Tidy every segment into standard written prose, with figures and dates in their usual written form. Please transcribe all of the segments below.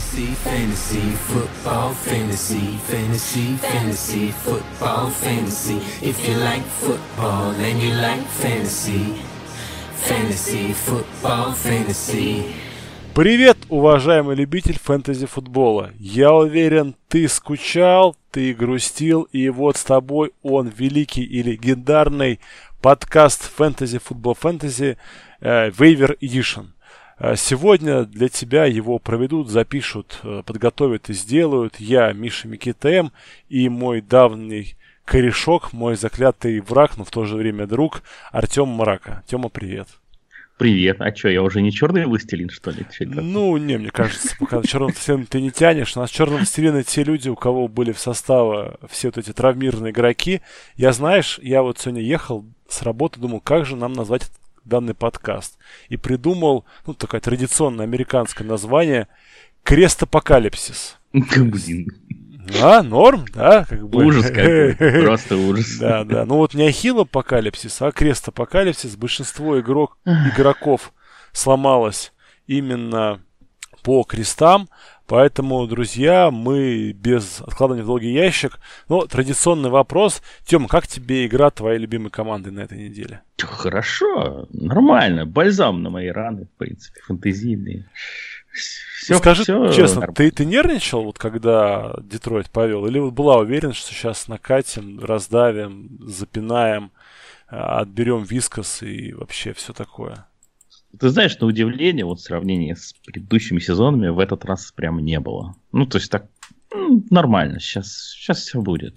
Fantasy, fantasy, football, fantasy, fantasy, fantasy, football, fantasy. If you like football and you like fantasy, fantasy, football, fantasy. Привет, уважаемый любитель фэнтези-футбола. Я уверен, ты скучал, ты грустил, и вот с тобой он, великий и легендарный подкаст фэнтези-футбол фэнтези Waiver Edition. Сегодня для тебя его проведут, запишут, подготовят и сделают я, Миша Микитем, и мой давний корешок, мой заклятый враг, но в то же время друг, Артем Мрака. Тема, привет. Привет. А что, я уже не черный властелин, что ли? Ну, не, мне кажется, пока черного властелина ты не тянешь. У нас черного властелина те люди, у кого были в составе все вот эти травмированные игроки. Я, знаешь, я вот сегодня ехал с работы, думал, как же нам назвать данный подкаст. И придумал, ну, такое традиционное американское название «Крест-апокалипсис». Блин. А, норм, да? Как бы. Ужас какой, просто ужас. Да, да. Ну вот не ахилл-апокалипсис, а крест-апокалипсис. Большинство игроков сломалось именно по крестам. Поэтому, друзья, мы без откладывания в долгий ящик. Но традиционный вопрос. Тём, как тебе игра твоей любимой команды на этой неделе? Хорошо, нормально. Бальзам на мои раны, в принципе, фэнтезийные. Скажи честно, ты нервничал, вот когда Детройт повел? Или вот была уверена, что сейчас накатим, раздавим, запинаем, отберем Вискас и вообще все такое? Ты знаешь, на удивление, вот в сравнении с предыдущими сезонами, в этот раз прям не было. Ну, то есть так, нормально, сейчас все будет.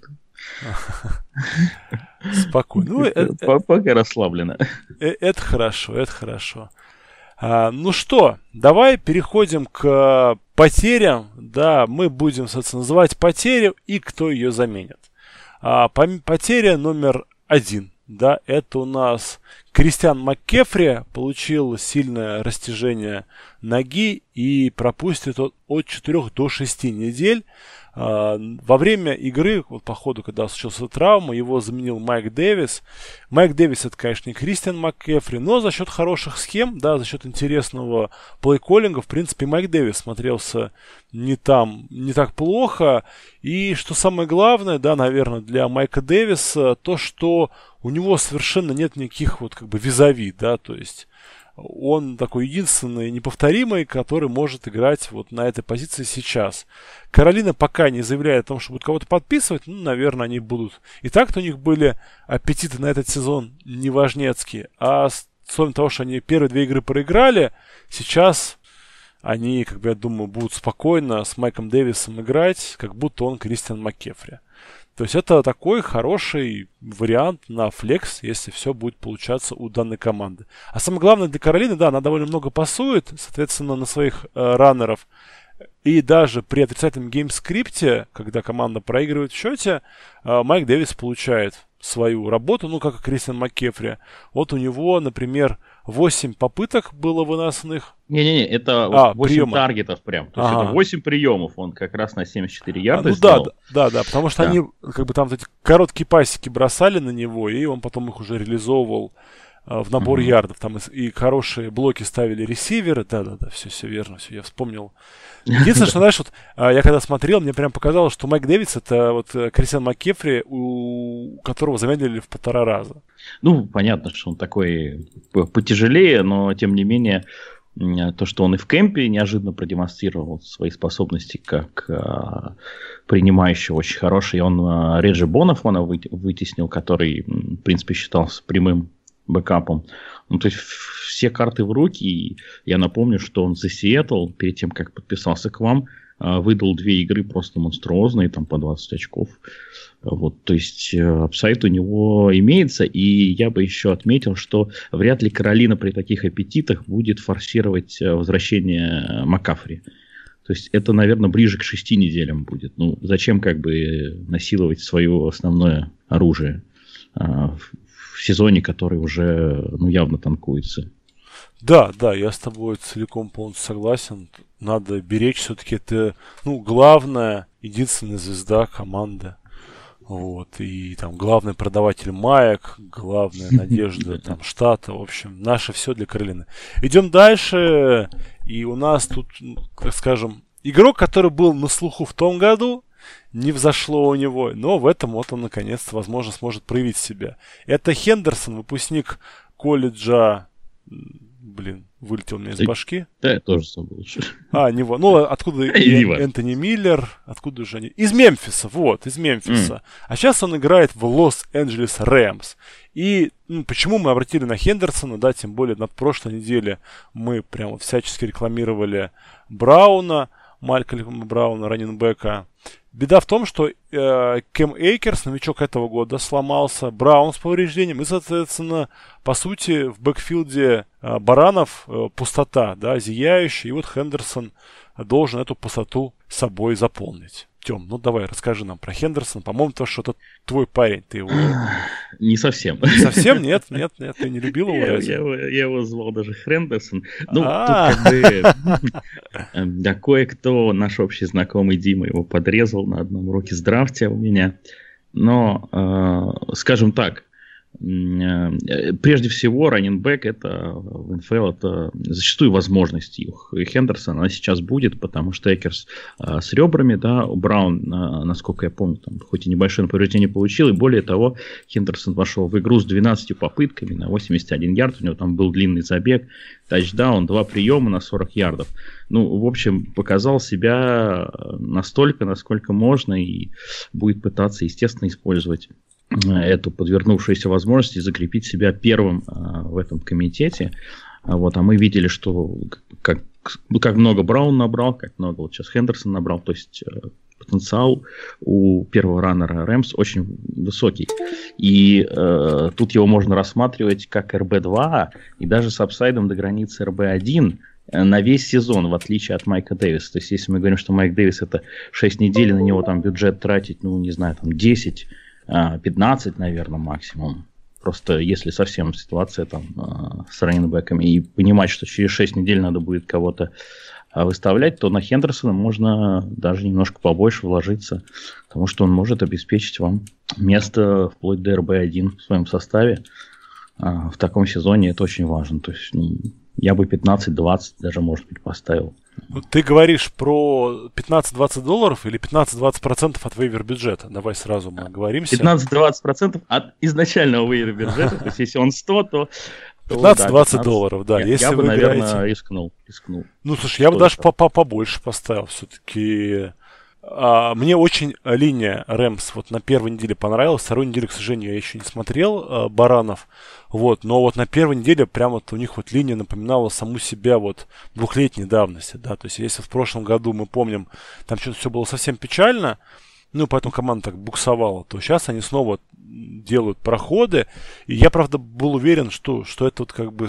Спокойно. Пока расслаблено. Это хорошо, это хорошо. Ну что, давай переходим к потерям. Да, мы будем, собственно, называть потерю и кто ее заменит. Потеря номер 1. Да, это у нас Кристиан МакКефри получил сильное растяжение ноги и пропустит от 4 до 6 недель. Во время игры, вот по ходу, когда случилась травма, его заменил Майк Дэвис. Майк Дэвис это, конечно, не Кристиан МакКефри, но за счет хороших схем, да, за счет интересного плей-коллинга, в принципе, Майк Дэвис смотрелся не так плохо. И что самое главное, да, наверное, для Майка Дэвиса, то, что у него совершенно нет никаких вот как бы визави, да, то есть он такой единственный неповторимый, который может играть вот на этой позиции сейчас. Каролина пока не заявляет о том, что будет кого-то подписывать. Ну, наверное, они будут. И так-то у них были аппетиты на этот сезон неважнецкие. А с условием того, что они первые 2 игры проиграли, сейчас они, как бы, я думаю, будут спокойно с Майком Дэвисом играть, как будто он Кристиан МакКефри. То есть это такой хороший вариант на флекс, если все будет получаться у данной команды. А самое главное для Каролины, да, она довольно много пасует, соответственно, на своих раннеров. И даже при отрицательном геймскрипте, когда команда проигрывает в счете, Майк Дэвис получает свою работу, ну, как и Кристиан МакКефри. Вот у него, например, 8 попыток было выносных. Не-не-не, это 8 приема. Таргетов прям. То есть это 8 приемов, он как раз на 74 ярда ну сделал. Да, потому что они как бы там эти короткие пасики бросали на него, и он потом их уже реализовывал в набор ярдов. Там и хорошие блоки ставили ресиверы. Да, все верно, все, я вспомнил. Единственное, что, знаешь, вот я когда смотрел, мне прям показалось, что Майк Дэвис это вот Кристиан МакКефри, у которого замедлили в 1,5 раза. Ну, понятно, что он такой потяжелее, но тем не менее, то, что он и в кемпе неожиданно продемонстрировал свои способности как принимающий очень хороший. Он Реджи Бонафона вытеснил, который, в принципе, считался прямым бэкапом. Ну, то есть все карты в руки. И я напомню, что он за Сиэтл, перед тем, как подписался к вам, выдал 2 игры просто монструозные, там по 20 очков. Вот, то есть апсайд у него имеется. И я бы еще отметил, что вряд ли Каролина при таких аппетитах будет форсировать возвращение МакКафри. То есть это, наверное, ближе к 6 неделям будет. Ну, зачем как бы насиловать свое основное оружие в сезоне, который уже явно танкуется. Да, я с тобой целиком полностью согласен. Надо беречь, все-таки это, главная, единственная звезда команды. Вот, и там главный продаватель маек, главная надежда там штата, в общем, наше все для Каролины. Идем дальше, и у нас тут, так скажем, игрок, который был на слуху в том году, не взошло у него, но в этом вот он наконец-то, возможно, сможет проявить себя. Это Хендерсон, выпускник колледжа, вылетел у меня из башки. Да, я тоже забыл. Него. Ну, откуда Энтони Миллер, откуда же они? Из Мемфиса, из Мемфиса. А сейчас он играет в Лос-Анджелес Рэмс. И почему мы обратили на Хендерсона, да, тем более на прошлой неделе мы прямо всячески рекламировали Брауна, Малькольма Брауна, раннинбека. Беда в том, что Кэм Эйкерс, новичок этого года, сломался, Браун с повреждением, и, соответственно, по сути, в бэкфилде баранов пустота, да, зияющая, и вот Хендерсон должен эту пустоту собой заполнить. Тём, давай, расскажи нам про Хендерсона. По-моему, то, что это твой парень, ты его... Не совсем. Не совсем? Нет, ты не любил его? Я его звал даже Хендерсон. Тут как бы... Да, кое-кто, наш общий знакомый Дима, его подрезал на одном уроке с драфте у меня. Но, скажем так, прежде всего, раннинбэк это в НФЛ это зачастую возможность их. И Хендерсон она сейчас будет, потому что Экерс с ребрами, да, Браун, насколько я помню, там, хоть и небольшое повреждение получил, и более того, Хендерсон вошел в игру с 12 попытками на 81 ярд, у него там был длинный забег, тачдаун, 2 приема на 40 ярдов. В общем, показал себя настолько, насколько можно, и будет пытаться, естественно, использовать эту подвернувшуюся возможность и закрепить себя первым в этом комитете. А мы видели, что как много Браун набрал, как много вот сейчас Хендерсон набрал, то есть потенциал у первого раннера Рэмс очень высокий. И тут его можно рассматривать как РБ-2 и даже с апсайдом до границы РБ-1 на весь сезон, в отличие от Майка Дэвиса. То есть если мы говорим, что Майк Дэвис это 6 недель, на него там бюджет тратить, 10, 15, наверное, максимум. Просто если совсем ситуация там с раннинбэками и понимать, что через 6 недель надо будет кого-то выставлять, то на Хендерсона можно даже немножко побольше вложиться, потому что он может обеспечить вам место вплоть до РБ-1 в своем составе. В таком сезоне это очень важно. То есть я бы 15-20 даже, может быть, поставил. Ты говоришь про $15-20 или 15-20% от вейвер-бюджета? Давай сразу мы оговоримся. 15-20% от изначального вейвер-бюджета. То есть, если он 100, то... $15-20, да. Я бы, наверное, рискнул. Слушай, я бы даже побольше поставил. Все-таки мне очень линия Рэмс на первой неделе понравилась. Вторую неделю, к сожалению, я еще не смотрел баранов. Но на первой неделе прямо у них линия напоминала саму себя двухлетней давности. Да? То есть, если в прошлом году мы помним, там что-то все было совсем печально, поэтому команда так буксовала, то сейчас они снова делают проходы. И я, правда, был уверен, что это как бы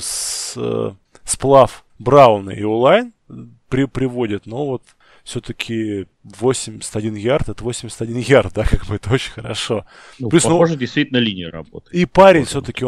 сплав Брауна и Олайн приводит, но все-таки 81 ярд, это 81 ярд, да, как бы это очень хорошо. Плюс, похоже, действительно линия работает. И парень все-таки,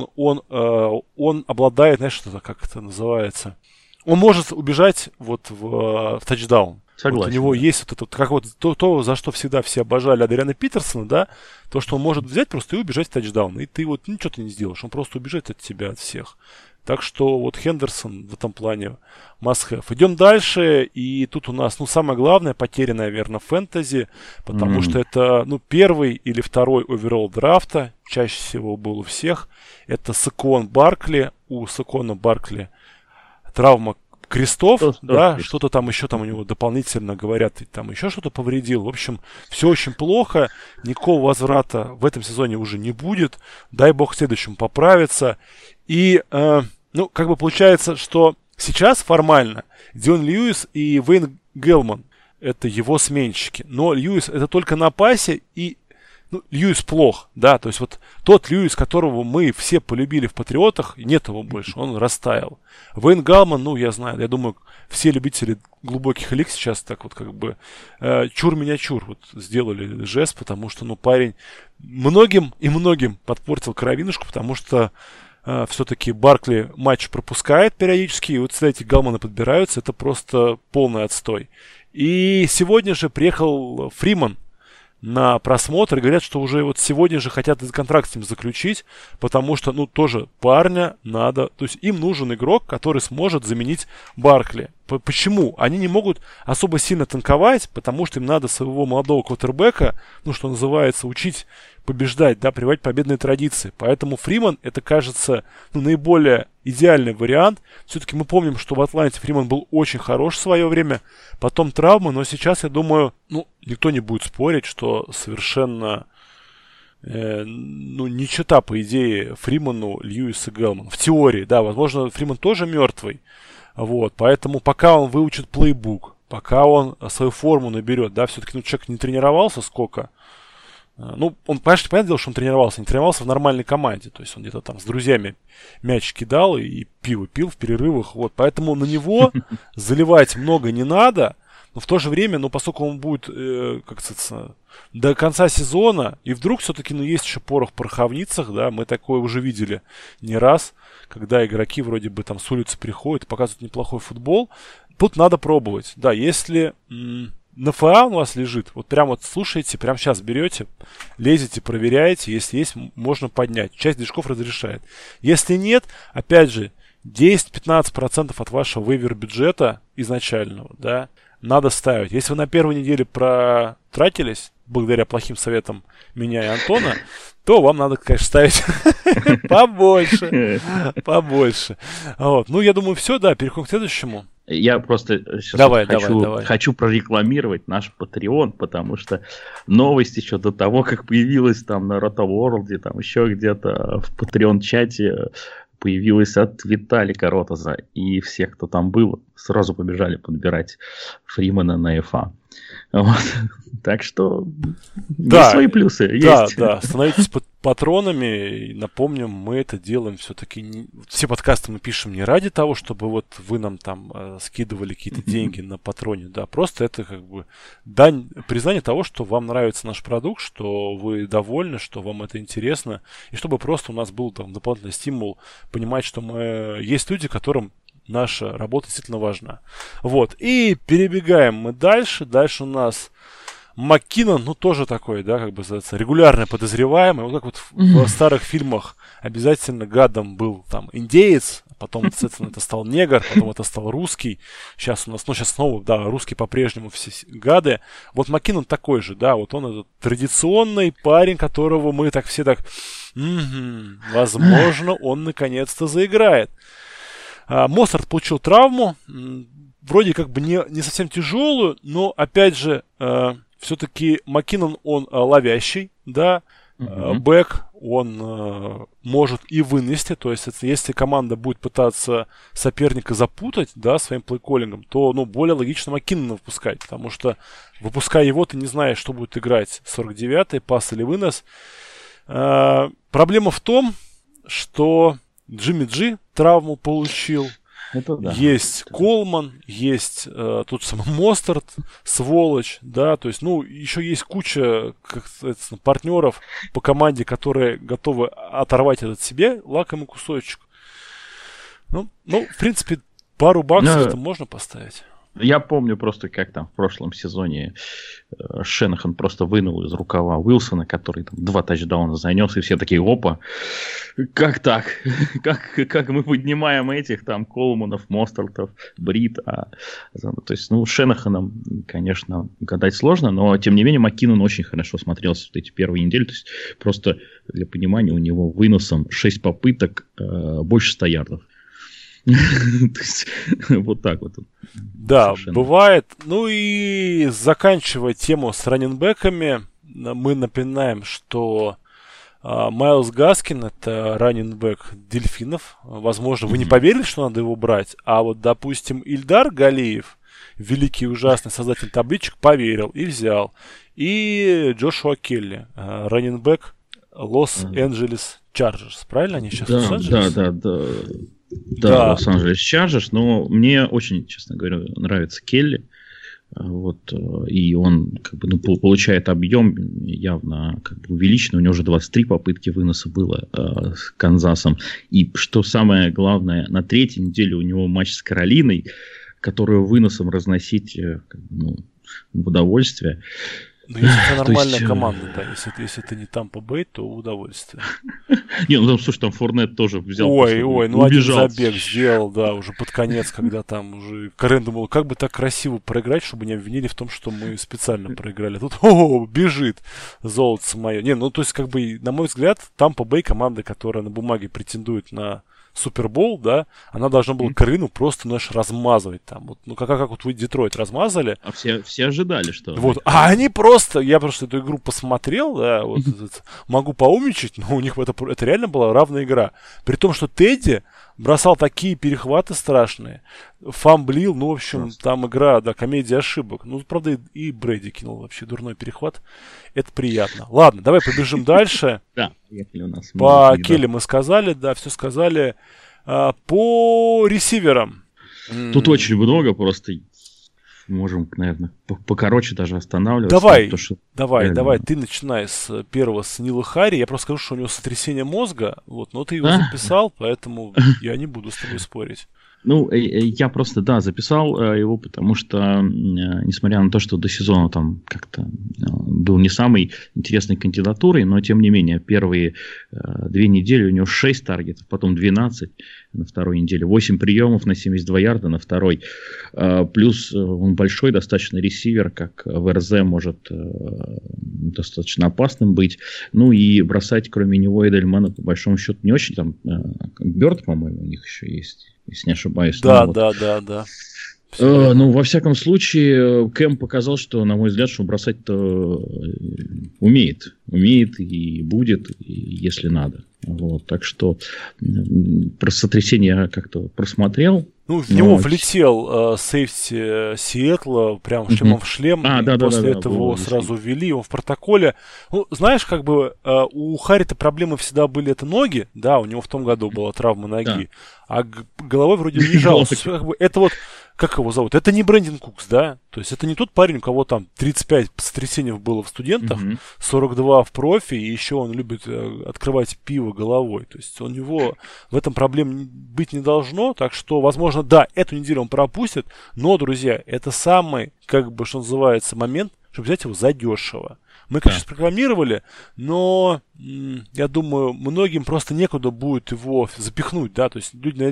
он обладает, знаешь, что-то, как это называется, он может убежать в тачдаун. Согласен. У него есть как то, за что всегда все обожали Адриана Питерсона, да, то, что он может взять просто и убежать в тачдаун. И ты ничего ты не сделаешь, он просто убежит от тебя, от всех. Так что Хендерсон в этом плане must-have. Идем дальше, и тут у нас, самая главная потеря, наверное, фэнтези, потому что это, первый или второй оверолл драфта, чаще всего был у всех, это Сакуон Баркли. У Сакуона Баркли травма крестов, что-то там еще у него дополнительно говорят, там еще что-то повредил. В общем, все очень плохо, никакого возврата в этом сезоне уже не будет. Дай бог в следующем поправится. И, как бы получается, что сейчас формально Дион Льюис и Вейн Гелман это его сменщики. Но Льюис это только на пасе, и Льюис плох, да, то есть тот Льюис, которого мы все полюбили в Патриотах, нет его больше, он растаял. Вейн Галман, я знаю, я думаю, все любители глубоких лиг сейчас так как бы чур меня чур сделали жест, потому что, парень многим подпортил кровинушку, потому что все-таки Баркли матч пропускает периодически, и эти Галманы подбираются, это просто полный отстой. И сегодня же приехал Фриман на просмотр и говорят, что уже сегодня же хотят этот контракт с ним заключить, потому что, тоже парня надо, то есть им нужен игрок, который сможет заменить Баркли. Почему? Они не могут особо сильно танковать, потому что им надо своего молодого квотербека, ну, что называется, учить побеждать, да, приводить победные традиции. Поэтому Фриман, это, кажется, ну, наиболее идеальный вариант. Все-таки мы помним, что в Атланте Фриман был очень хорош в свое время, потом травмы, но сейчас, я думаю, ну, никто не будет спорить, что совершенно, ну, не чета, по идее, Фриману, Льюис и Гелман. В теории, да, возможно, Фриман тоже мертвый, вот, поэтому пока он выучит плейбук, пока он свою форму наберет, да, все-таки, ну, человек не тренировался сколько. Ну, он, понятное дело, что он тренировался, не тренировался в нормальной команде. То есть он где-то там с друзьями мяч кидал и пиво пил в перерывах. Вот. Поэтому на него заливать много не надо. Но в то же время, ну, поскольку он будет, как сказать, до конца сезона, и вдруг все-таки, ну, есть еще порох в пороховницах, да, мы такое уже видели не раз, когда игроки вроде бы там с улицы приходят и показывают неплохой футбол. Тут надо пробовать. Да, если... НФА у вас лежит, вот прям вот слушаете, прям сейчас берете, лезете, проверяете, если есть, можно поднять. Часть движков разрешает. Если нет, опять же, 10-15% от вашего вейвер-бюджета изначального, да, надо ставить. Если вы на первой неделе протратились, благодаря плохим советам меня и Антона, то вам надо, конечно, ставить побольше. Побольше. Вот. Ну, я думаю, все, да, переходим к следующему. Я просто сейчас хочу прорекламировать наш Patreon, потому что новость еще до того, как появилась там на Rotoworld, там еще где-то в Patreon-чате появилась от Виталика Ротоза. И всех, кто там был, сразу побежали подбирать Фримана на ФА. Вот. Так что да, есть свои плюсы. Да, есть. Да, становитесь патронами. И напомним, мы это делаем все-таки... Все подкасты мы пишем не ради того, чтобы вот вы нам там скидывали какие-то деньги на патроне. Да, просто это как бы дань, признание того, что вам нравится наш продукт, что вы довольны, что вам это интересно. И чтобы просто у нас был там дополнительный стимул понимать, что есть люди, которым наша работа действительно важна. Вот. И перебегаем мы дальше. Дальше у нас МакКиннон, ну, тоже такой, да, как бы, регулярно подозреваемый. Вот как вот в старых фильмах обязательно гадом был там индеец, потом, соответственно, это стал негр, потом это стал русский. Сейчас у нас, ну, сейчас снова, да, русские по-прежнему все гады. Вот МакКиннон такой же, да, вот он этот традиционный парень, которого мы так все так, возможно, он наконец-то заиграет. Моссарт получил травму, вроде как бы не совсем тяжелую, но, опять же, все-таки МакКиннон, он ловящий, да, бэк, он может и вынести, то есть, если команда будет пытаться соперника запутать, да, своим плей-коллингом, то, ну, более логично МакКиннона выпускать, потому что, выпуская его, ты не знаешь, что будет играть 49-й, пас или вынос. Проблема в том, что Джимми Джи травму получил. Это да. Есть Колман, есть тот самый Мостарт, сволочь, да, то есть, ну, еще есть куча партнеров по команде, которые готовы оторвать этот себе лакомый кусочек. Ну, в принципе, пару баксов это можно поставить. Я помню просто, как там в прошлом сезоне Шенахан просто вынул из рукава Уилсона, который там 2 тачдауна занес, и все такие, опа, как так? Как мы поднимаем этих там Колманов, Мостартов, Брит? То есть, ну, Шенаханом, конечно, гадать сложно, но, тем не менее, МакКиннон очень хорошо смотрелся в эти первые недели. То есть, просто для понимания, у него выносом 6 попыток, больше 100 ярдов. Вот так вот. Да, совершенно. Бывает. Ну и заканчивая тему с раннинбэками, мы напоминаем, что Майлз Гаскин — это раннинбэк Дельфинов. Возможно, вы не поверили, что надо его брать, а вот, допустим, Ильдар Галиев, великий и ужасный создатель табличек, поверил и взял. И Джошуа Келли, раннинбэк Лос-Анджелес Чарджерс. Правильно они сейчас? Да, Лос-Анджелес Чарджерс, но мне очень, честно говоря, нравится Келли. Вот, и он как бы, ну, получает объем явно как бы увеличенный. У него уже 23 попытки выноса было с Канзасом. И что самое главное, на 3-й неделе у него матч с Каролиной, которую выносом разносить как бы, ну, в удовольствие. Ну, если у тебя нормальная команда, да. Если ты не Тампа Бэй, то удовольствие. Не, ну там, слушай, там Форнет тоже взял. Ой, ну убежал. Один забег сделал, да, уже под конец, когда там уже Карен думал, как бы так красиво проиграть, чтобы не обвинили в том, что мы специально проиграли. Тут, бежит золото мое. Не, ну то есть, как бы, на мой взгляд, Тампа Бэй команда, которая на бумаге претендует на Супербол, да, она должна была Карину просто, знаешь, размазывать там. Вот, ну, как вот вы Детройт размазали. А все ожидали, что... Вот, а они просто... Я просто эту игру посмотрел, да, вот, могу поумничать, но у них это реально была равная игра. При том, что Тедди бросал такие перехваты страшные, фамблил, ну, в общем, там игра, да, комедия ошибок. Ну, правда, и Брэди кинул вообще дурной перехват. Это приятно. Ладно, давай побежим дальше. Да, поехали у нас. По Келли мы сказали, да, все сказали. По ресиверам. Тут очень много, просто можем, наверное, покороче даже останавливаться. Давай, ты начинай с первого, с Нила Харри. Я просто скажу, что у него сотрясение мозга, вот, но ты его записал, поэтому я не буду с тобой спорить. Ну, я просто, да, записал его, потому что, несмотря на то, что до сезона там как-то был не самой интересной кандидатурой, но, тем не менее, первые 2 недели у него 6 таргетов, потом 12 на второй неделе, 8 приемов на 72 ярда на второй. Плюс он большой достаточно ресивер, как в РЗ может достаточно опасным быть. Ну, и бросать, кроме него, Эдельмана, по большому счету, не очень. Там Бёрд, по-моему, у них еще есть. Если не ошибаюсь. Да. Ну, во всяком случае, Кэм показал, что, на мой взгляд, что бросать-то умеет. Умеет и будет, если надо. Вот, так что про сотрясение я как-то просмотрел. Ну, в него влетел сейфти Сиэтла, прям шлемом в шлем. После этого его сразу ввели, его в протоколе. Ну, знаешь, как бы у Харри-то проблемы всегда были, это ноги. Да, у него в том году была травма ноги. А головой вроде не жаловался. Это вот, как его зовут? Это не Брэндон Кукс, да? То есть это не тот парень, у кого там 35 сотрясений было в студентах, 42 в профи, и еще он любит открывать пиво головой. То есть у него в этом проблем быть не должно. Так что, возможно, да, эту неделю он пропустит. Но, друзья, это самый, как бы, что называется, момент, чтобы взять его задешево. Мы, конечно, прорекламировали, но я думаю, многим просто некуда будет его запихнуть, да, то есть люди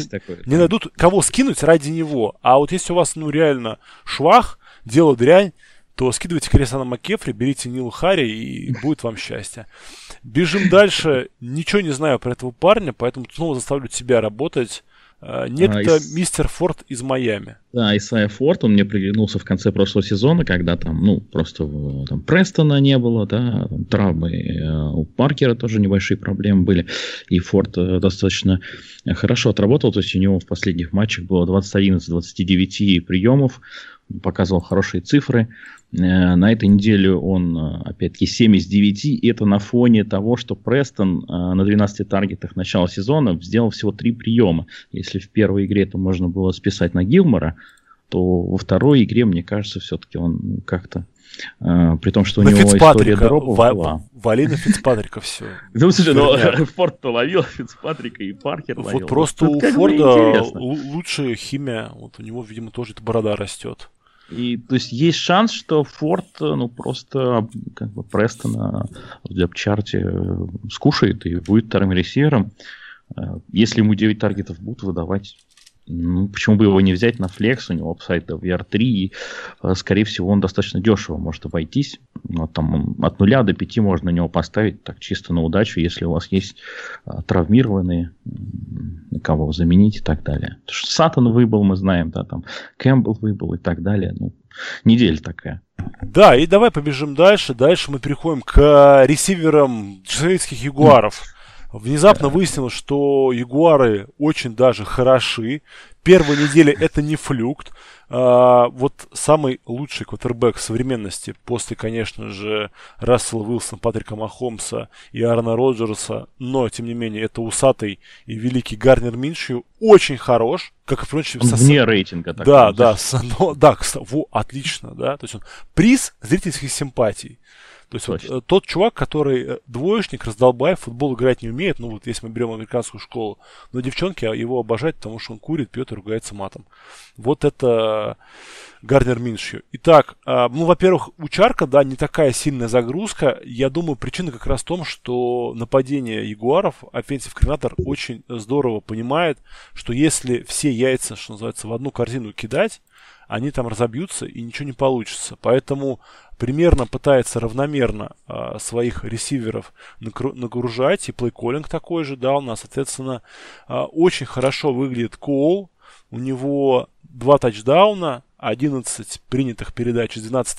не найдут, кого скинуть ради него. А вот если у вас, ну, реально швах, дело дрянь, то скидывайте Крисана МакКефри, берите Нила Харри, и будет вам счастье. Бежим дальше. Ничего не знаю про этого парня, поэтому снова заставлю тебя работать. Некто мистер Форд из Майами. Да, Исайя Форд, он мне приглянулся в конце прошлого сезона, когда там, ну, просто там Престона не было, да, там, травмы, у Паркера тоже небольшие проблемы были, и Форд достаточно хорошо отработал, то есть у него в последних матчах было 21 из 29 приемов, показывал хорошие цифры. На этой неделе он, опять-таки, 7 из 9, и это на фоне того, что Престон на 12 таргетах начала сезона сделал всего 3 приема. Если в первой игре это можно было списать на Гилмора, то во второй игре, мне кажется, все-таки он как-то, при том, что у него история дропов была. Вали на Фицпатрика все. Ну, слушай, ну, Форд-то ловил Фицпатрика, и Паркер ловил. Вот просто у Форда лучшая химия, вот у него, видимо, тоже эта борода растет. И, то есть, есть шанс, что Форд, ну, просто, как бы, Престона в депт-чарте скушает и будет вторым ресивером. Если ему 9 таргетов будут выдавать, ну, почему бы его не взять на флекс, у него апсайд VR3, и, скорее всего, он достаточно дешево может обойтись. Вот, там, от 0 до 5 можно на него поставить, так, чисто на удачу, если у вас есть травмированные, кого заменить и так далее. Потому что Саттон выбыл, мы знаем, да, там, Кэмпбелл выбыл и так далее. Ну, неделя такая. Да, и давай побежим дальше. Дальше мы переходим к ресиверам джерсейских Ягуаров. Внезапно выяснилось, что Ягуары очень даже хороши. Первая неделя это не флюкт. Вот самый лучший квотербэк современности после, конечно же, Рассела Уилсона, Патрика Махомса и Аарона Роджерса, но, тем не менее, это усатый и великий Гарнер Миншью, очень хорош, как и прочее. Вне рейтинга. Да, кстати, отлично, да, то есть он приз зрительских симпатий. То То есть вот, тот чувак, который двоечник, раздолбай, в футбол играть не умеет, ну вот если мы берем американскую школу, но девчонки его обожают, потому что он курит, пьет и ругается матом. Вот это Гарднер Миншью. Итак, ну, во-первых, у Чарка, да, не такая сильная загрузка. Я думаю, причина как раз в том, что нападение Ягуаров, offensive координатор очень здорово понимает, что если все яйца, что называется, в одну корзину кидать, они там разобьются и ничего не получится. Поэтому примерно пытается равномерно своих ресиверов нагружать. И плей-коллинг такой же, да, у нас, соответственно, очень хорошо выглядит Коул. У него 2 тачдауна, 11 принятых передач из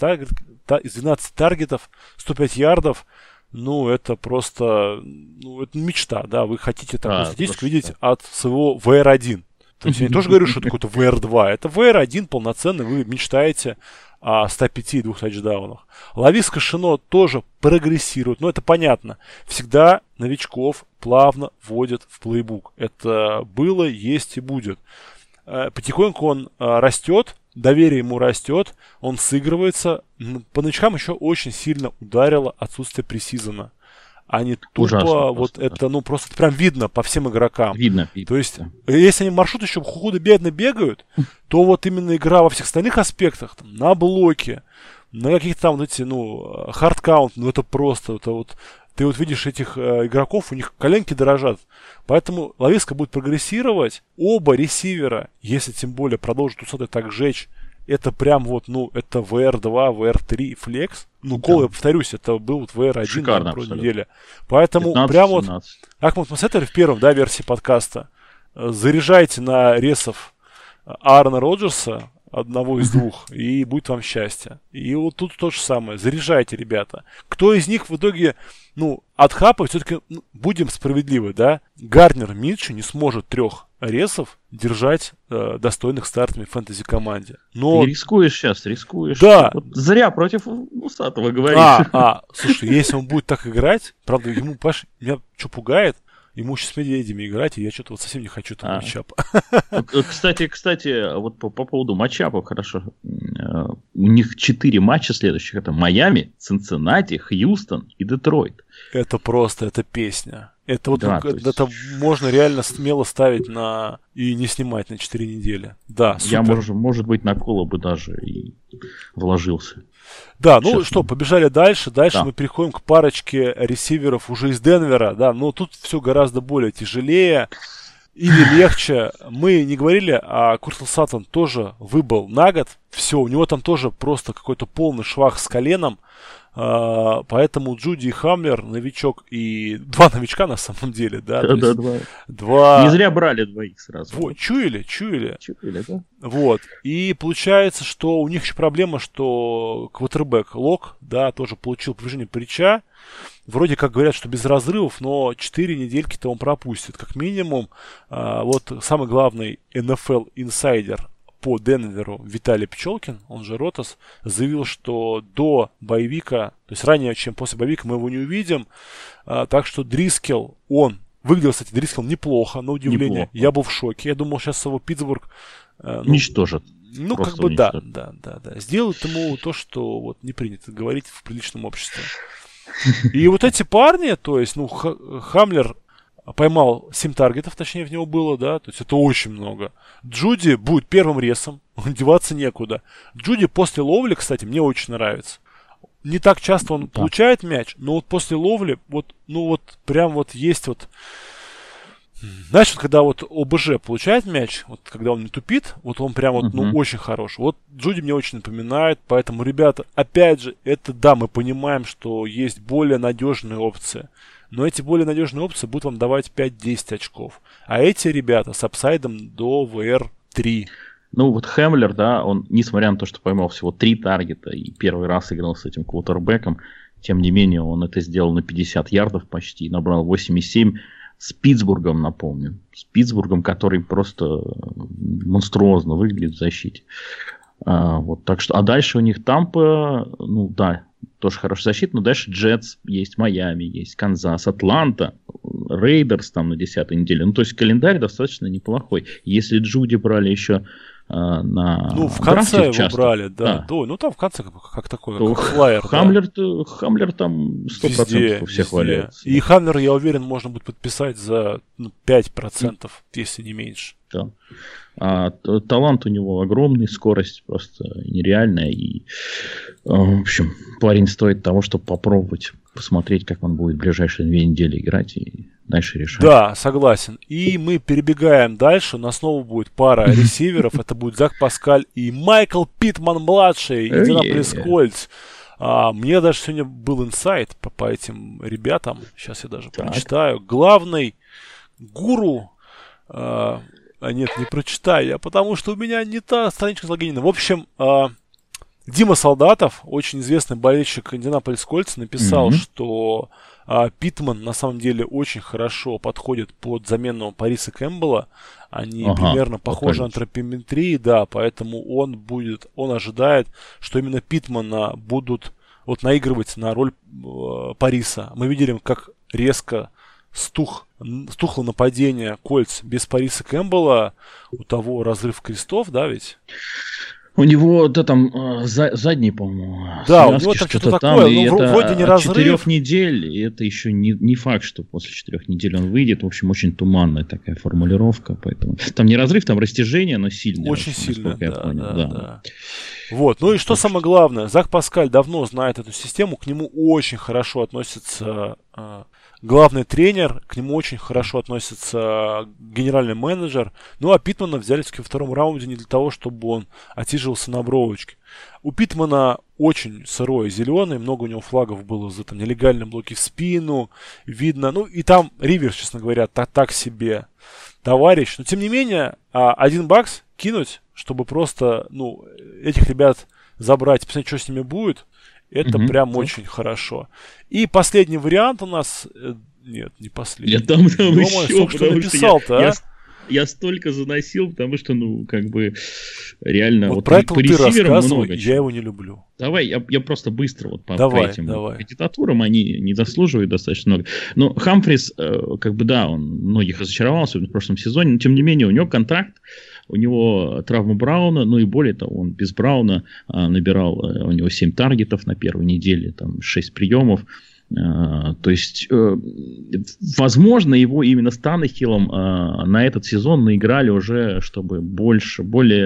12 таргетов, 105 ярдов. Ну, это просто, ну, это мечта, да. Вы хотите такую статистику видеть от своего VR1. То есть я не тоже говорю, что это какой-то VR2. Это VR1 полноценный, вы мечтаете о 105 и 2 тачдаунах. Лависка Шино тоже прогрессирует, но это понятно. Всегда новичков плавно вводят в плейбук. Это было, есть и будет. Потихоньку он растет, доверие ему растет, он сыгрывается. По новичкам еще очень сильно ударило отсутствие пресизона. Они тупо, ужасно, вот просто, это, ну, просто прям видно по всем игрокам. Видно. То есть, если они маршрут еще худо-бедно бегают, то вот именно игра во всех остальных аспектах, там, на блоке, на каких-то там, вот эти, ну, хардкаунт, ну, это просто, это вот, ты вот видишь этих игроков, у них коленки дрожат. Поэтому Лависка будет прогрессировать. Оба ресивера, если тем более продолжат усады так жечь, это прям вот, ну, это VR2, VR3, флекс. Ну, Кол, я повторюсь, это был вот VR1 шикарно, на прошлой неделе. Поэтому 15, прям вот, как мы посмотрели в первом, да, версии подкаста, заряжайте на ресов Аарона Роджерса, одного из двух, и будет вам счастье. И вот тут то же самое. Заряжайте, ребята. Кто из них в итоге, ну, отхапает, все-таки, ну, будем справедливы, да? Гарднер Миншью не сможет 3 ресов держать достойных стартами в фэнтези-команде. Но... Ты рискуешь сейчас, рискуешь. Да. Вот зря против Усатого говоришь. Слушай, если он будет так играть, правда, ему, Паш, меня что пугает, ему еще с медведями играть, и я что-то вот совсем не хочу там матчапа. Кстати, вот по поводу матчапов, хорошо. У них 4 матча следующих. Это Майами, Цинциннати, Хьюстон и Детройт. Это просто, это песня. Это вот, да, это можно реально смело ставить на и не снимать на 4 недели. Да, супер. Я, может быть, на Кола бы даже и вложился. Да, ну что, побежали дальше. Дальше мы переходим к парочке ресиверов уже из Денвера. Да, но тут все гораздо более тяжелее или легче. Мы не говорили, а Куртл Саттон тоже выбыл на год. Все, у него там тоже просто какой-то полный швах с коленом. Поэтому Джуди и Хамлер, новичок и 2 новичка на самом деле, да? Да, 2. Не зря брали 2 сразу. Вот, чуяли, да? Вот. И получается, что у них еще проблема, что квотербэк Лок, да, тоже получил повреждение плеча. Вроде как говорят, что без разрывов, но 4 недельки-то он пропустит, как минимум. Вот самый главный NFL-инсайдер по Денверу Виталий Пчелкин, он же Ротас, заявил, что до боевика, то есть ранее, чем после боевика, мы его не увидим. Так что Дрискел, он выглядел, кстати, Дрискел неплохо, на удивление. Неплохо. Я был в шоке. Я думал, сейчас его Питтсбург уничтожит. Ну, как бы да. Сделают ему то, что вот не принято говорить в приличном обществе. И вот эти парни, то есть, ну, Хамлер поймал 7 таргетов, точнее, в него было, да, то есть это очень много. Джуди будет первым ресом, деваться некуда. Джуди после ловли, кстати, мне очень нравится. Не так часто он получает мяч, но вот после ловли, вот, ну вот, прям вот есть вот, знаешь, вот когда вот ОБЖ получает мяч, вот когда он не тупит, вот он прям вот, ну, очень хорош. Вот Джуди мне очень напоминает, поэтому, ребята, опять же, это да, мы понимаем, что есть более надежные опции. Но эти более надежные опции будут вам давать 5-10 очков. А эти ребята с апсайдом до VR3. Ну вот Хэмлер, да, он, несмотря на то, что поймал всего 3 таргета и первый раз играл с этим квотербеком, тем не менее он это сделал на 50 ярдов почти, набрал 8,7 с Питтсбургом, напомню. С Питтсбургом, который просто монструозно выглядит в защите. Вот, так что, а дальше у них Тампа, ну да, тоже хорошая защита, но дальше Джетс, есть Майами, есть Канзас, Атланта, Рейдерс там на 10-й неделе. Ну, то есть календарь достаточно неплохой. Если Джуди брали еще на Ну, в конце его часто. брали, да. Ну, там в конце как такой, как флайер. Хамлер там 100% везде, у всех валяется. И Хамлер, я уверен, можно будет подписать за 5%, если не меньше. Да. А талант у него огромный, скорость просто нереальная. И, в общем, парень стоит того, чтобы попробовать, посмотреть, как он будет в ближайшие 2 недели играть и дальше решать. Да, согласен. И мы перебегаем дальше. У нас снова будет пара ресиверов. Это будет Зак Паскаль и Майкл Питман-младший, Индианаполис Кольтс. Мне даже сегодня был инсайт по этим ребятам. Сейчас я даже прочитаю. Главный гуру... нет, не прочитаю я, потому что у меня не та страничка залогинена. В общем, Дима Солдатов, очень известный болельщик Индианаполис Кольтс, написал, что Питман на самом деле очень хорошо подходит под замену Париса Кэмпбелла. Они примерно похожи антропометрии, да, поэтому он ожидает, что именно Питмана будут наигрывать на роль Париса. Мы видели, как резко стухло нападение Кольтс без Париса Кэмпбелла. У того разрыв крестов, да, ведь? У него, да, там задний, по-моему. Да, у него там что-то такое, и ну, вроде не разрыв. 4 недель, и это еще не факт, что после 4 недель он выйдет. В общем, очень туманная такая формулировка, поэтому... Там не разрыв, там растяжение, но сильное. Очень сильное, я понял, да. Вот, ну и что самое главное, Зак Паскаль давно знает эту систему, к нему очень хорошо относится... главный тренер, к нему очень хорошо относится генеральный менеджер. Ну, а Питмана взяли во втором раунде не для того, чтобы он отсиживался на бровочке. У Питмана очень сырой зеленый, много у него флагов было за нелегальные блоки в спину, видно. Ну, и там Риверс, честно говоря, так себе товарищ. Но, тем не менее, $1 кинуть, чтобы просто, этих ребят забрать, посмотреть, что с ними будет, это прям очень хорошо. И последний вариант у нас... Нет, не последний. Я там еще, что написал-то, я столько заносил, потому что, реально... Вот про это по ты рассказывай, много я его не люблю. Давай, я просто быстро по этим давай. кандидатурам, они не заслуживают достаточно много. Но Хамфрис, он многих разочаровал, особенно в прошлом сезоне, но тем не менее у него контракт, у него травма Брауна, и более того, он без Брауна набирал, у него 7 таргетов на первой неделе, 6 приемов. То есть, возможно, его именно с Таннехиллом на этот сезон наиграли уже, чтобы больше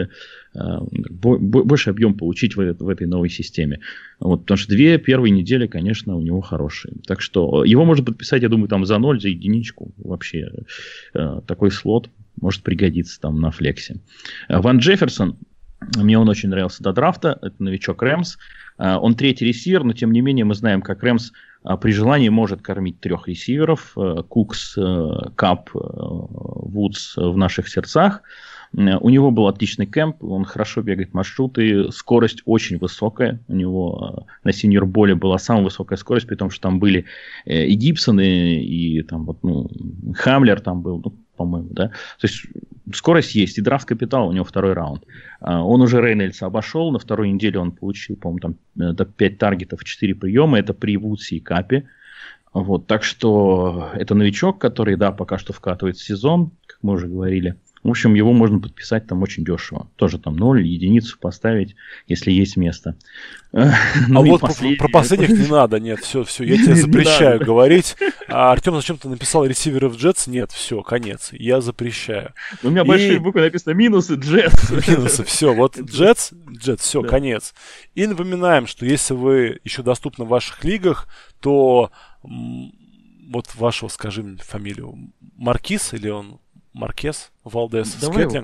объем получить в этой новой системе. Потому что 2 первые недели, конечно, у него хорошие. Так что его можно подписать, я думаю, за 0, за единичку. Вообще такой слот может пригодиться на флексе. Ван Джефферсон, мне он очень нравился до драфта, это новичок Рэмс. Он 3-й ресивер, но тем не менее мы знаем, как Рэмс при желании может кормить 3 ресиверов. Кукс, Кап, Вудс в наших сердцах. У него был отличный кэмп, он хорошо бегает маршруты, скорость очень высокая. У него на Senior Bowl была самая высокая скорость, при том, что там были и Гибсоны, и Хамлер там был, по-моему, да. То есть скорость есть, и драфт-капитал у него 2-й раунд. Он уже Рейнольдса обошел, на 2-й неделе он получил, по-моему, 5 таргетов, 4 приема, это при Вудсе и Капе. Так что это новичок, который, пока что вкатывает в сезон, как мы уже говорили. В общем, его можно подписать очень дешево. Тоже 0, единицу поставить, если есть место. Про последних не надо, нет, все, я тебе запрещаю говорить. Артем зачем-то написал ресиверов Джетс, нет, все, конец, я запрещаю. У меня большие буквы написано минусы Джетс. Минусы, все, Джетс, все, конец. И напоминаем, что если вы еще доступны в ваших лигах, то вашего, скажи мне фамилию, Маркиз или он... Маркес, Валдес, Скетлинг.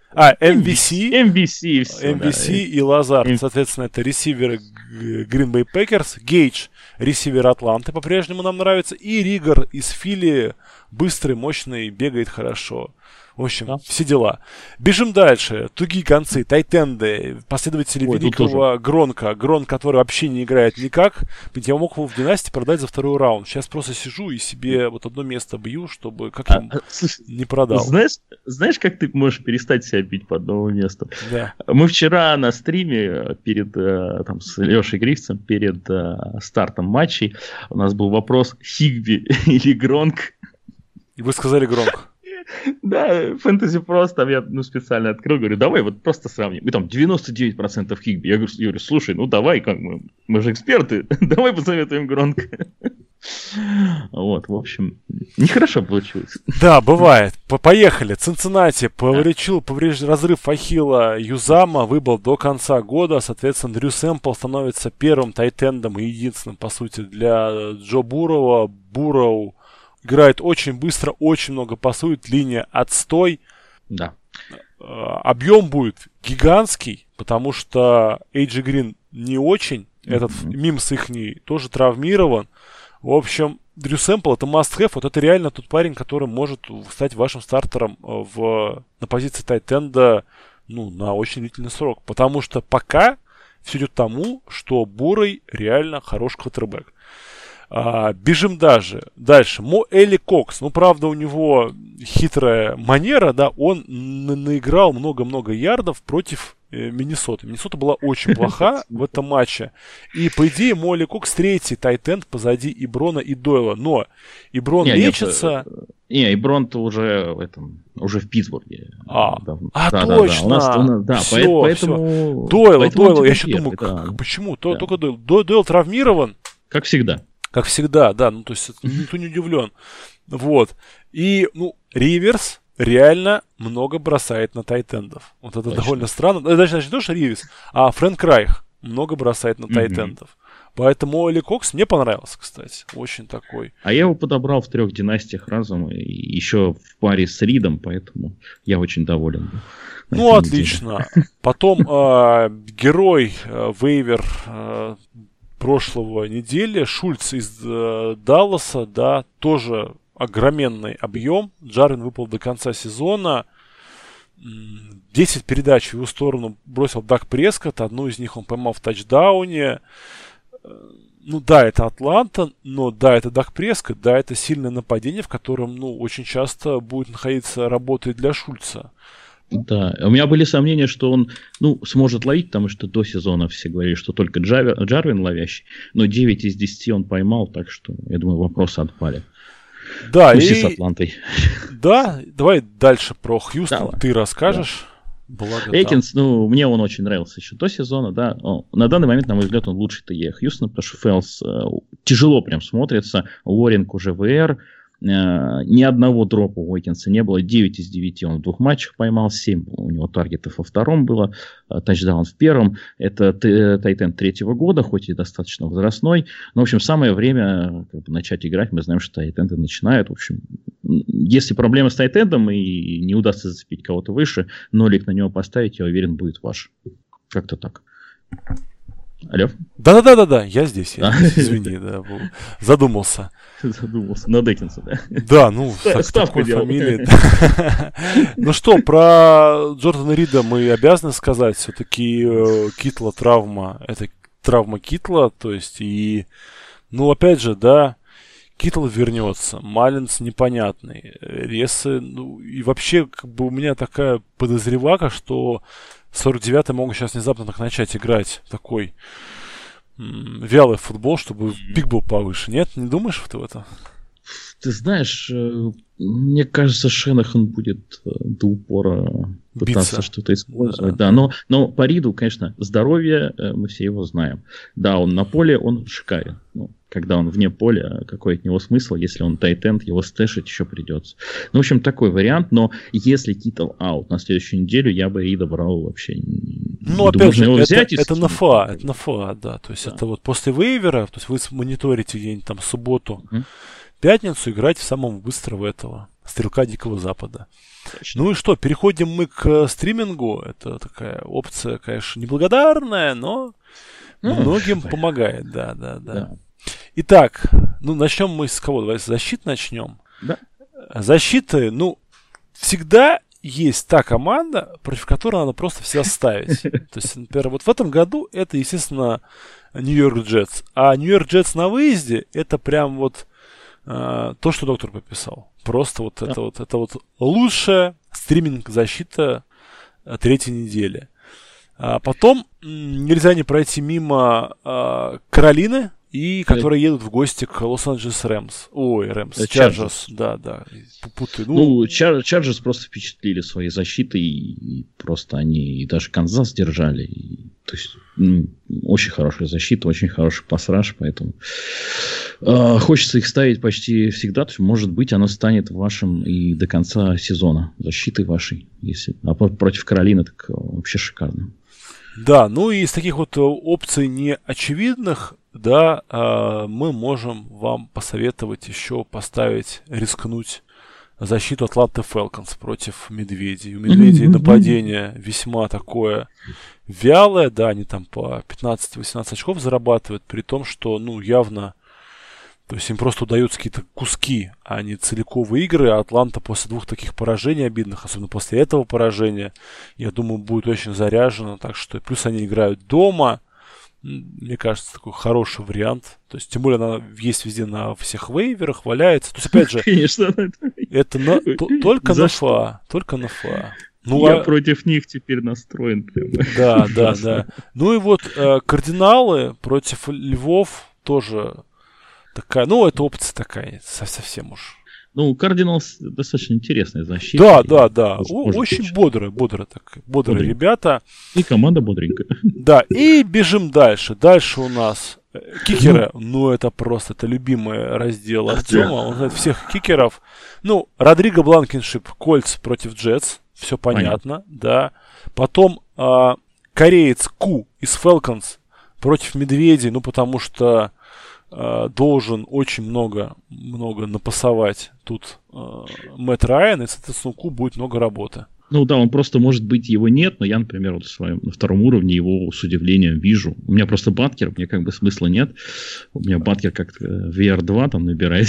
MVC и Лазард. Соответственно, это ресиверы Green Bay Packers. Гейдж, ресивер Атланты, по-прежнему нам нравится. И Ригер из Фили, быстрый, мощный, бегает хорошо. В общем, все дела. Бежим дальше. Тугие концы, тайтенды, последователи великого Гронка. Гронк, который вообще не играет никак. Ведь я мог его в династии продать за 2-й раунд. Сейчас просто сижу и себе одно место бью, чтобы как не продал. Знаешь, как ты можешь перестать себя бить по одному месту? Да. Мы вчера на стриме с Лешей Грифцем перед стартом матчей у нас был вопрос: Хигби или Гронк? И вы сказали Гронк. Да, фэнтези просто, там я специально открыл, говорю, давай вот просто сравним. И там 99% Хигби. Я говорю, слушай, ну давай, как мы же эксперты, давай посоветуем громко. Вот, в общем, нехорошо получилось. Да, бывает. Поехали. Цинциннати повредил разрыв ахилла Юзама, выбыл до конца года. Соответственно, Дрю Сэмпл становится первым тайтендом и единственным, по сути, для Джо Бурроу. Бурроу играет очень быстро, очень много пасует, линия отстой. Да. Объем будет гигантский, потому что Эйджи Грин не очень. Этот Мимс ихний тоже травмирован. В общем, Дрю Сэмпл это must-have. Вот это реально тот парень, который может стать вашим стартером на позиции тайтенда на очень длительный срок. Потому что пока все идет к тому, что Буррой реально хороший квотербэк. Бежим дальше. Мо Элли Кокс. Правда, у него хитрая манера, да, он наиграл много-много ярдов против Миннесоты. Миннесота была очень плоха в этом матче. И, по идее, Мо Элли Кокс третий тайтенд позади Иброна и Дойла. Но Иброн лечится... Иброн-то уже в Питтсбурге. Точно! Да, все, поэтому... Дойл, я еще думаю, почему? Только Дойл. Дойл травмирован. Как всегда. Как всегда, да. То есть никто не удивлен. Вот. И, Риверс реально много бросает на тайтендов. Вот это довольно странно. Даже не то, что Риверс, а Фрэнк Райх много бросает на тайтендов. Поэтому Элли Кокс мне понравился, кстати. Очень такой. А я его подобрал в 3 династиях разом. И еще в паре с Ридом, поэтому я очень доволен. Отлично. Потом герой вейвер прошлого недели, Шульц из Далласа, да, тоже огроменный объем. Джарвин выпал до конца сезона. 10 передач в его сторону бросил Даг Прескотт. Одну из них он поймал в тачдауне. Да, это Атланта, но да, это Даг Прескотт, да, это сильное нападение, в котором, очень часто будет находиться работа и для Шульца. Да, у меня были сомнения, что он сможет ловить, потому что до сезона все говорили, что только Джарвин ловящий, но 9 из 10 он поймал, так что, я думаю, вопросы отпали. Да, и с Атлантой. Да, давай дальше про Хьюстон ты расскажешь. Да. Экинс, мне он очень нравился еще до сезона, да. На данный момент, на мой взгляд, он лучший ТЕ Хьюстона, потому что Фэлс тяжело прям смотрится, Уорринг уже ВР. Ни одного дропа у Уикинса не было. 9 из 9 он в 2 матчах поймал. 7 у него таргетов во втором было. Тачдаун в первом. Это тайтенд 3-го года, хоть и достаточно возрастной. Но, в общем, самое время начать играть. Мы знаем, что тайтенды начинают. В общем, если проблема с тайтендом и не удастся зацепить кого-то выше, нолик на него поставить, я уверен, будет ваш. Как-то так. Алло? Да, я здесь. Извини, да, задумался. На Декинса, да? Да, с такой фамилией. Что, про Джордана Рида мы обязаны сказать. Все-таки Китла травма. Это травма Китла, то есть и... опять же, да, Китл вернется, Маллинс непонятный, Ресы, и вообще, у меня такая подозревака, что 49-й могут сейчас внезапно так начать играть такой вялый футбол, чтобы пик был повыше. Нет? Не думаешь ты в это? Ты знаешь, мне кажется, Шенахан будет до упора пытаться что-то использовать. Да. Но по Риду, конечно, здоровье, мы все его знаем. Да, он на поле, он шикарен. Когда он вне поля, какой от него смысл, если он тайтенд, его стэшить еще придется. В общем, такой вариант, но если Китл аут на следующую неделю, я бы Рида брал вообще. Опять же, это на ФА, да, то есть это вот после вейвера, то есть вы мониторите где-нибудь там субботу, пятницу играть в самого быстрого этого стрелка Дикого Запада. Точно. И что, переходим мы к стримингу, это такая опция, конечно, неблагодарная, но многим помогает, да. Итак, начнем мы с кого? Давай с защиты начнем. Да. Защиты, всегда есть та команда, против которой надо просто всегда ставить. То есть, например, вот в этом году это, естественно, Нью-Йорк Джетс. А Нью-Йорк Джетс на выезде это прям вот то, что доктор пописал. Просто это лучшая стриминг-защита третьей недели. Потом нельзя не пройти мимо Каролины. и которые едут в гости к Лос-Анджелес Рэмс. Ой, Рэмс, Чарджерс, да. Путаю. Ну, Чарджерс просто впечатлили своей защитой, и просто они и даже Канзас держали. То есть, очень хорошая защита, очень хороший пас-раш, поэтому хочется их ставить почти всегда. То есть, может быть, оно станет вашим и до конца сезона защитой вашей. Если... А против Каролины так вообще шикарно. Да, ну и из таких вот опций неочевидных, да, мы можем вам посоветовать еще поставить, рискнуть защиту Атланты Фэлконс против Медведей. У Медведей нападение весьма такое вялое, да, они там по 15-18 очков зарабатывают, при том, что, явно, то есть им просто удаются какие-то куски, а не целиковые игры, а Атланта после 2 таких поражений обидных, особенно после этого поражения, я думаю, будет очень заряжена, так что плюс они играют дома, мне кажется, такой хороший вариант, то есть тем более она есть везде на всех вейверах, валяется, то есть опять же, конечно, это только на ФА, только на ФА. Я против них теперь настроен прямо. Да. Ну и вот кардиналы против Львов тоже такая, это опция такая, совсем уж. Ну, Кардиналс достаточно интересная защита. Да. Очень бодрые ребята. И команда бодренькая. Да, и бежим дальше. Дальше у нас кикеры. Это любимый раздел Артема. Он знает всех кикеров. Родриго Бланкеншип, Кольц против Джетс. Все понятно, да. Потом кореец Ку из Falcons против Медведей, потому что должен очень много напасовать тут Мэтт Райан, и, соответственно, у Ку будет много работы. Он просто, может быть, его нет, но я, например, на втором уровне его с удивлением вижу. У меня просто Баткер, мне как бы смысла нет. У меня Баткер как VR2 там набирает.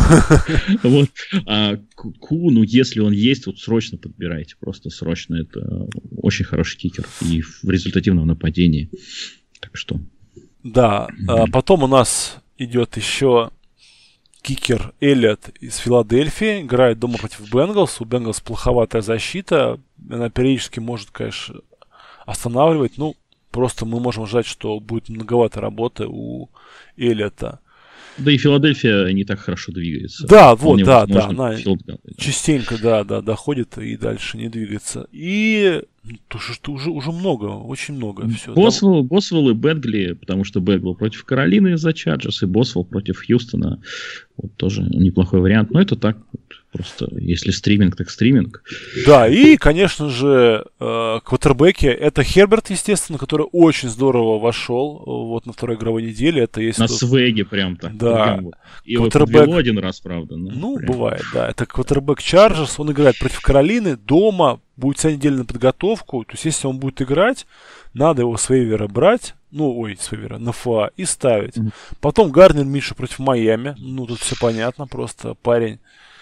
А Ку, если он есть, срочно подбирайте. Просто срочно. Это очень хороший кикер. И в результативном нападении. Так что... Да, потом у нас идет еще кикер Эллиот из Филадельфии, играет дома против Бенгалс. У Бенгалс плоховатая защита, она периодически может, конечно, останавливать. Просто мы можем ждать, что будет многовато работы у Эллиота. Да и Филадельфия не так хорошо двигается. Да, она частенько, доходит и дальше не двигается. И уже много, очень много. Все. Босвелл и Бенгли, потому что Бенгл против Каролины из-за Чарджерс, и Босвелл против Хьюстона. Тоже неплохой вариант. Но это так, просто если стриминг, так стриминг. Да, и, конечно же, квотербеки. Это Херберт, естественно, который очень здорово вошел на второй игровой неделе. Это есть на свеге прям так. Да. И его подвело один раз, правда. Бывает, да. Это квотербек Чарджерс. Он играет против Каролины дома. Будет вся неделя на подготовку. То есть, если он будет играть, надо его с вейвера брать. На ФА и ставить. Потом Гарнер Миша против Майами. Тут все понятно. Просто парень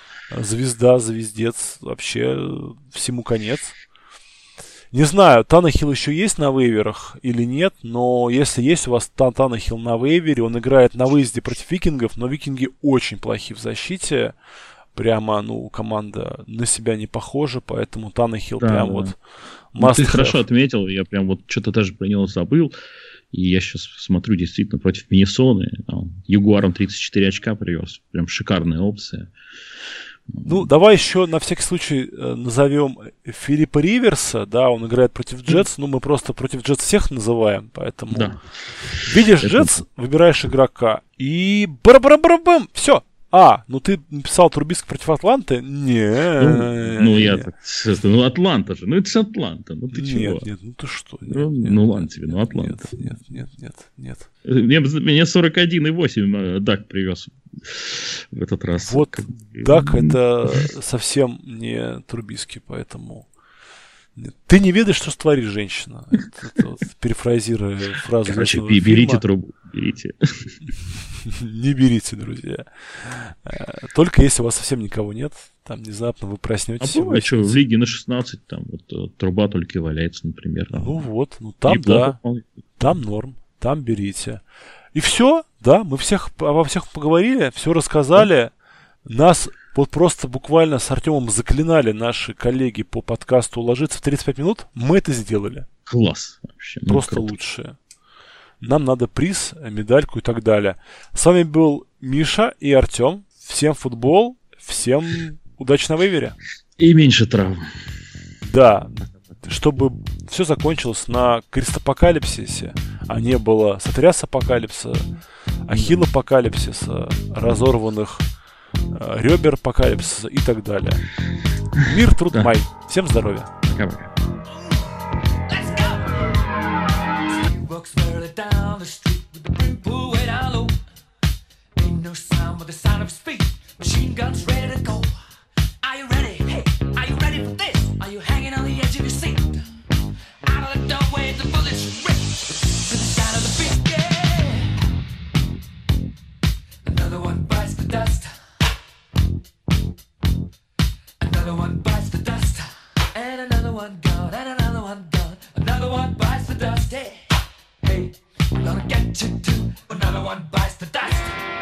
звездец. Вообще всему конец. Не знаю, Танахилл еще есть на вейверах или нет. Но если есть у вас Танахилл на вейвере, он играет на выезде против Викингов. Но Викинги очень плохи в защите. Прямо, команда на себя не похожа, поэтому Танахилл Ты хорошо отметил, я прям что-то даже про него забыл. И я сейчас смотрю действительно против Миннесоты. Ягуаром 34 очка привез. Прям шикарная опция. Давай еще на всякий случай назовем Филиппа Риверса. Да, он играет против Джетс. Мы просто против Джетс всех называем, поэтому... Да. Видишь Джетс, выбираешь игрока, и бара-бара-бара-бам, все. Ты написал Трубицкий против Атланты? Атланта же. Это же Атланта. Ты чего? Нет, ты что? Ладно тебе, Атланта. Нет. Мне 41,8 Дак привез в этот раз. Дак это совсем не Трубицкий, поэтому... Ты не ведаешь, что творит женщина. Перефразируя фразу. Короче, берите трубу, берите. Не берите, друзья. Только если у вас совсем никого нет, там внезапно вы проснетесь. А бывает, что в лиге на 16 там труба только и валяется, например. Там да, там норм, там берите. И все, да, мы обо всех поговорили, все рассказали. Нас просто буквально с Артемом заклинали наши коллеги по подкасту уложиться в 35 минут. Мы это сделали. Класс. Вообще. Просто лучшее. нам надо приз, медальку и так далее. С вами был Миша и Артем. Всем футбол, всем удачи на вывере. И меньше травм. Да, чтобы все закончилось на крестопокалипсисе, а не было сотряс-апокалипса, ахилл-апокалипсиса, разорванных ребер апокалипсиса и так далее. Мир, труд, май. Всем здоровья. Пока-пока. Machine guns ready to go. Are you ready? Hey, are you ready for this? Are you hanging on the edge of your seat? Out of the doorway, the bullets rip to the sound of the beat. Yeah. Another one bites the dust. Another one bites the dust. And another one gone. And another one gone. Another one bites the dust. Hey, hey, I'm gonna get you too. Another one bites the dust.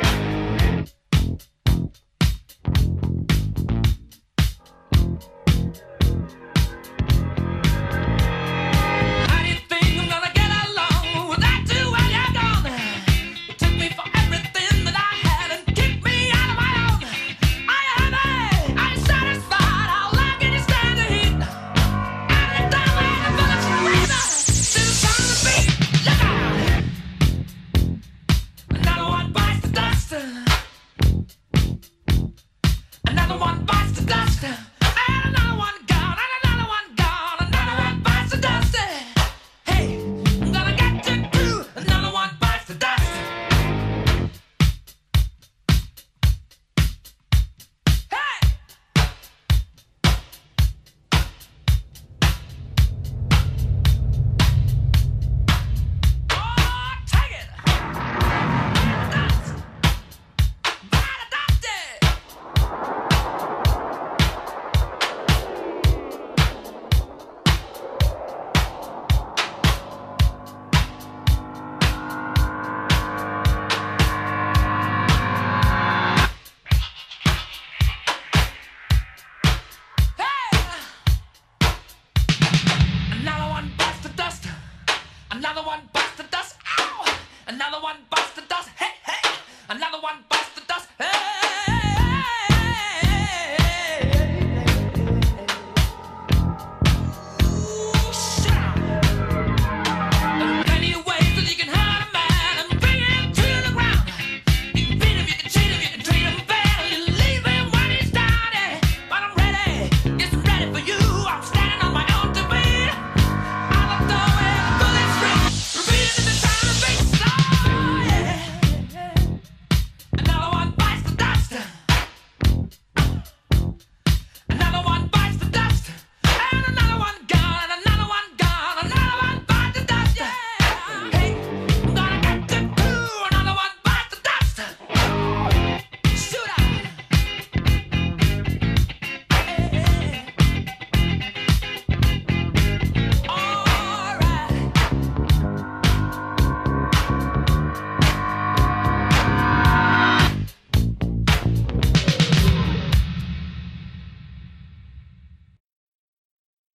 Another one bites the dust. Ow! Another one bites the dust. Hey, hey! Another one bites the dust. Hey!